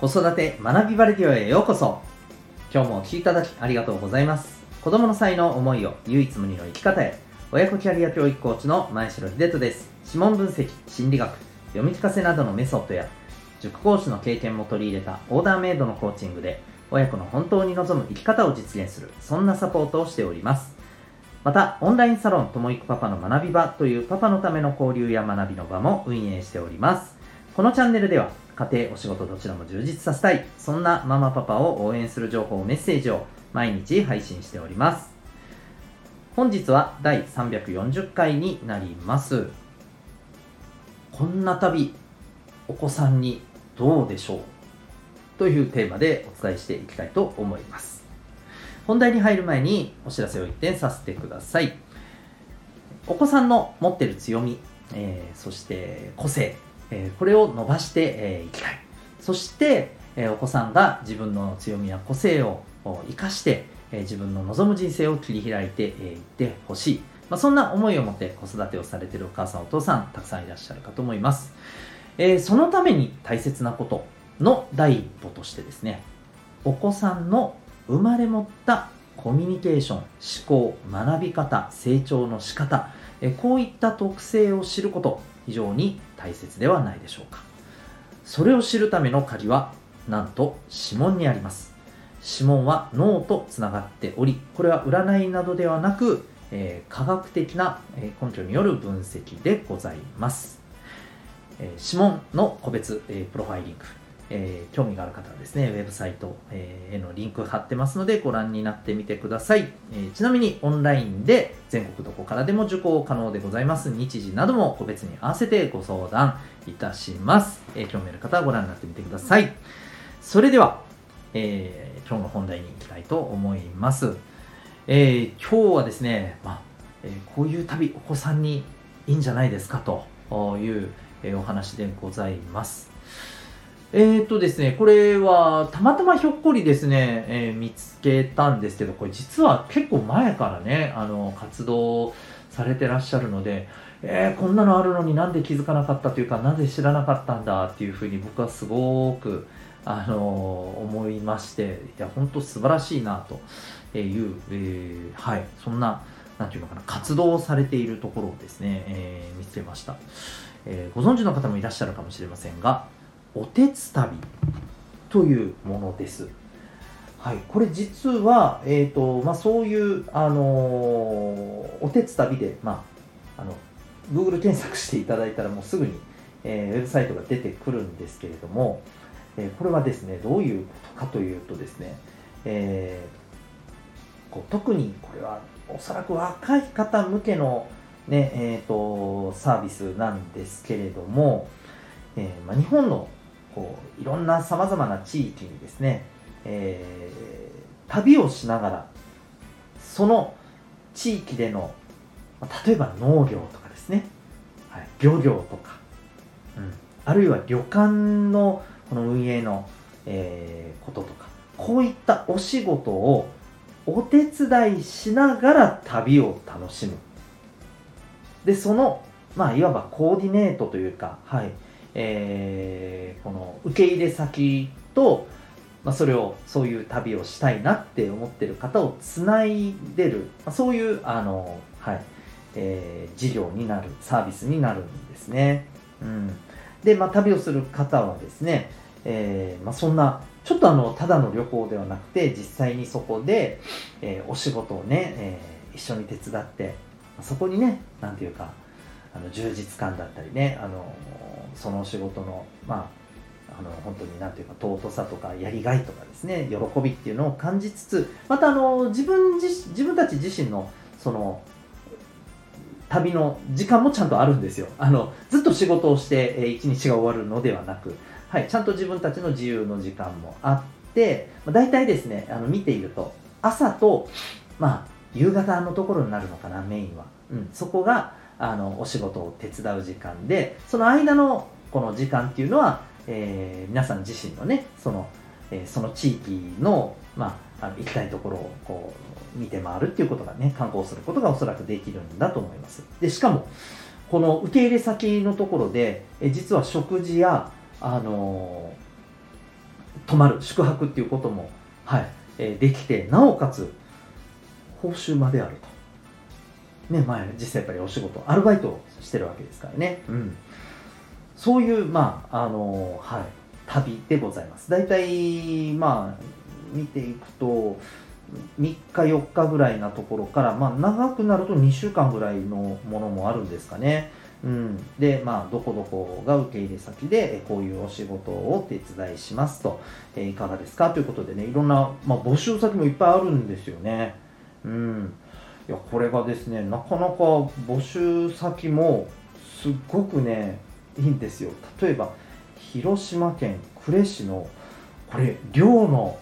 子育て学びバレディオへようこそ。今日もお聞きいただきありがとうございます。子供の才能、思いを唯一無二の生き方へ、親子キャリア教育コーチの前城秀人です。指紋分析、心理学、読み聞かせなどのメソッドや塾講師の経験も取り入れたオーダーメイドのコーチングで親子の本当に望む生き方を実現する、そんなサポートをしております。またオンラインサロンともいくパパの学び場というパパのための交流や学びの場も運営しております。このチャンネルでは家庭、お仕事どちらも充実させたい、そんなママパパを応援する情報、メッセージを毎日配信しております。本日は第340回になります。こんな旅、お子さんにどうでしょうというテーマでお伝えしていきたいと思います。本題に入る前にお知らせを一点させてください。お子さんの持っている強み、そして個性、これを伸ばしていきたい。そして、お子さんが自分の強みや個性を生かして、自分の望む人生を切り開いていってほしい。そんな思いを持って子育てをされているお母さんお父さんたくさんいらっしゃるかと思います。そのために大切なことの第一歩としてですね、お子さんの生まれ持ったコミュニケーション、思考、学び方、成長の仕方、こういった特性を知ること、非常に大切ではないでしょうか。それを知るための鍵はなんと指紋にあります。指紋は脳とつながっており、これは占いなどではなく、科学的な根拠による分析でございます。指紋の個別プロファイリング、興味がある方はですね、ウェブサイトへのリンク貼ってますのでご覧になってみてください。ちなみにオンラインで全国どこからでも受講可能でございます。日時なども個別に合わせてご相談いたします。興味ある方はご覧になってみてください。それでは、今日の本題に行きたいと思います。今日はですね、こういう旅お子さんにいいんじゃないですかという、お話でございます。ですね、これはたまたまひょっこりですね、見つけたんですけど、これ実は結構前からね、活動されてらっしゃるので、こんなのあるのになんで気づかなかったというか、なぜ知らなかったんだっていうふうに僕はすごく、思いまして、いや、本当素晴らしいなという、はい、そんな、なんていうのかな、活動をされているところをですね、見つけました。ご存知の方もいらっしゃるかもしれませんが、おてつたびというものです。はい、これ実は、そういう、おてつたびで、Google 検索していただいたらもうすぐに、ウェブサイトが出てくるんですけれども、これはですね、どういうことかというとですね、特にこれはおそらく若い方向けの、ねサービスなんですけれども、日本のいろんなさまざまな地域にですね、旅をしながらその地域での例えば農業とかですね、漁業とか、あるいは旅館のこの運営の、こととか、こういったお仕事をお手伝いしながら旅を楽しむ。で、その、いわばコーディネートというか、この受け入れ先と、それをそういう旅をしたいなって思ってる方をつないでる、そういう事業になる、サービスになるんですね。で、旅をする方はですね、そんなちょっとただの旅行ではなくて、実際にそこで、お仕事をね、一緒に手伝って、そこにね、なんていうか充実感だったりね、その仕事の本当になんていうか尊さとかやりがいとかですね、喜びっていうのを感じつつ、また自分たち自身のその旅の時間もちゃんとあるんですよ。ずっと仕事をして一日が終わるのではなく、ちゃんと自分たちの自由の時間もあって、大体ですね、見ていると朝と、夕方のところになるのかな、メインは。そこがお仕事を手伝う時間で、その間のこの時間っていうのは、皆さん自身のね、その地域の、行きたいところを見て回るっていうことがね、観光することがおそらくできるんだと思います。で、しかもこの受け入れ先のところで、実は食事や泊まる宿泊っていうことも、できて、なおかつ報酬まであると、前実際やっぱりお仕事アルバイトをしてるわけですからね、そういう旅でございます。だいたい見ていくと3日4日ぐらいなところから、長くなると2週間ぐらいのものもあるんですかね。で、どこどこが受け入れ先で、こういうお仕事を手伝いしますと、いかがですかということでね、いろんな、募集先もいっぱいあるんですよね。いや、これがですね、なかなか募集先もすっごくね、いいんですよ。例えば、広島県呉市の、これ、寮の、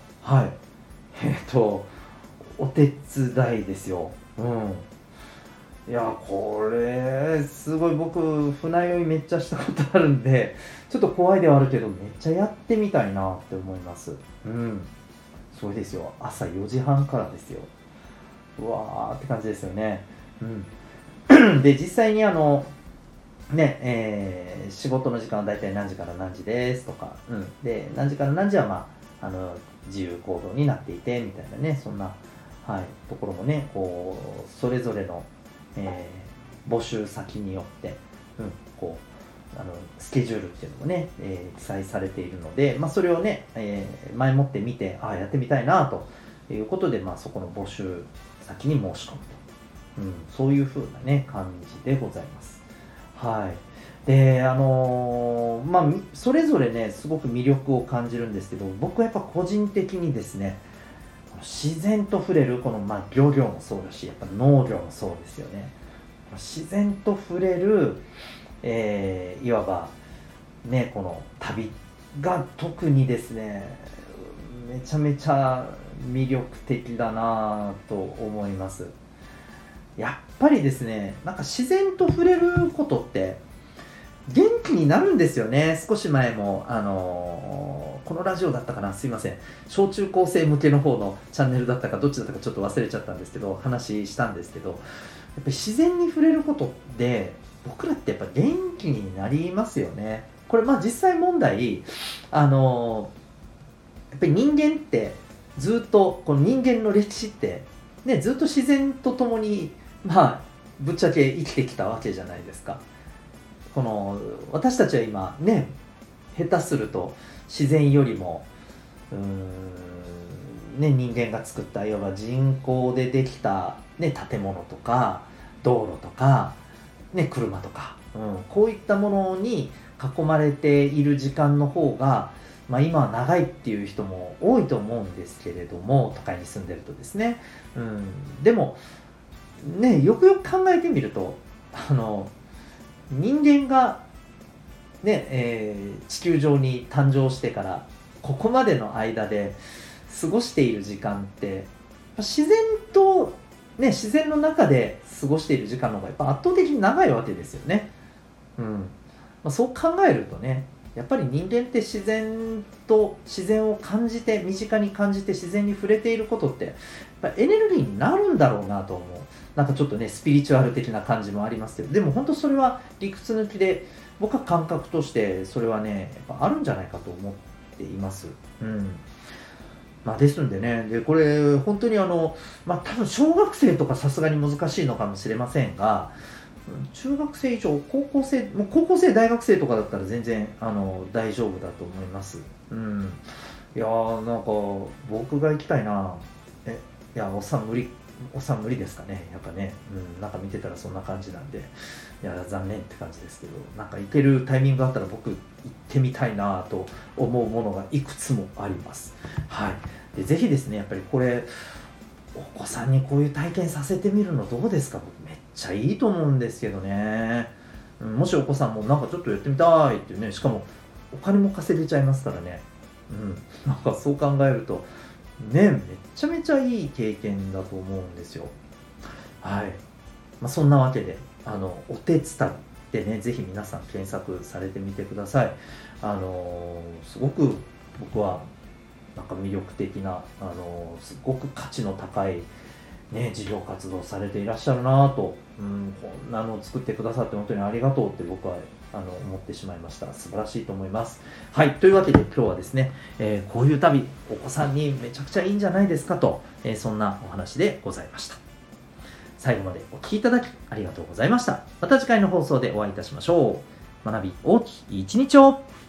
お手伝いですよ。いや、これ、すごい僕、船酔いめっちゃしたことあるんで、ちょっと怖いではあるけど、めっちゃやってみたいなって思います。そうですよ。朝4時半からですよ。うわーって感じですよね。で、実際に仕事の時間はだいたい何時から何時ですとか、で、何時から何時は自由行動になっていて、みたいなね、そんな、ところもね、こう、それぞれの、募集先によって、スケジュールっていうのもね、記載されているので、それをね、前もって見て、やってみたいなということで、そこの募集先に申し込むと、そういう風なね、感じでございます。で、それぞれね、すごく魅力を感じるんですけど、僕はやっぱ個人的にですね、自然と触れる、この、漁業もそうだし、やっぱ農業もそうですよね。自然と触れる、いわば、ね、この旅が特にですね、めちゃめちゃ魅力的だなと思います。やっぱりですね、なんか自然と触れることって、元気になるんですよね。少し前も、このラジオだったかな、すいません。小中高生向けの方のチャンネルだったか、どっちだったかちょっと忘れちゃったんですけど、話したんですけど、やっぱり自然に触れることで、僕らってやっぱ元気になりますよね。これ、実際問題、やっぱり人間って、ずっと、この人間の歴史って、ね、ずっと自然と共に、ぶっちゃけ生きてきたわけじゃないですか。この私たちは今ね、下手すると自然よりも人間が作ったいわば人工でできた、建物とか道路とか、車とか、こういったものに囲まれている時間の方が、今は長いっていう人も多いと思うんですけれども、都会に住んでるとですね、でもね、よくよく考えてみると、人間が、地球上に誕生してからここまでの間で過ごしている時間って自然と、自然の中で過ごしている時間の方がやっぱ圧倒的に長いわけですよね。そう考えるとね、やっぱり人間って自然を感じて、身近に感じて自然に触れていることってやっぱエネルギーになるんだろうなと思う。なんかちょっとね、スピリチュアル的な感じもありますけど、でも本当それは理屈抜きで、僕は感覚としてそれはね、やっぱあるんじゃないかと思っています。ですんでね、でこれ本当に多分小学生とかさすがに難しいのかもしれませんが、中学生以上、高校生、大学生とかだったら全然大丈夫だと思います。いやー、なんか僕が行きたいな。いや、おっさん無理ですかね、やっぱね、なんか見てたらそんな感じなんで、いや、残念って感じですけど、なんか行けるタイミングがあったら僕行ってみたいなと思うものがいくつもあります。でぜひですね、やっぱりこれ、お子さんにこういう体験させてみるのどうですか？僕めっちゃいいと思うんですけどね。もしお子さんもなんかちょっとやってみたいっていうね、しかもお金も稼げちゃいますからね。なんかそう考えると、めちゃめちゃいい経験だと思うんですよ。そんなわけで、お手伝いでね、ぜひ皆さん検索されてみてください。すごく僕はなんか魅力的な、すごく価値の高い、 事業活動されていらっしゃるなぁと、こんなのを作ってくださって本当にありがとうって僕は思ってしまいました。素晴らしいと思います。はい、というわけで今日はですね、こういう旅、お子さんにめちゃくちゃいいんじゃないですかと、そんなお話でございました。最後までお聞きいただきありがとうございました。また次回の放送でお会いいたしましょう。学び大きい一日を。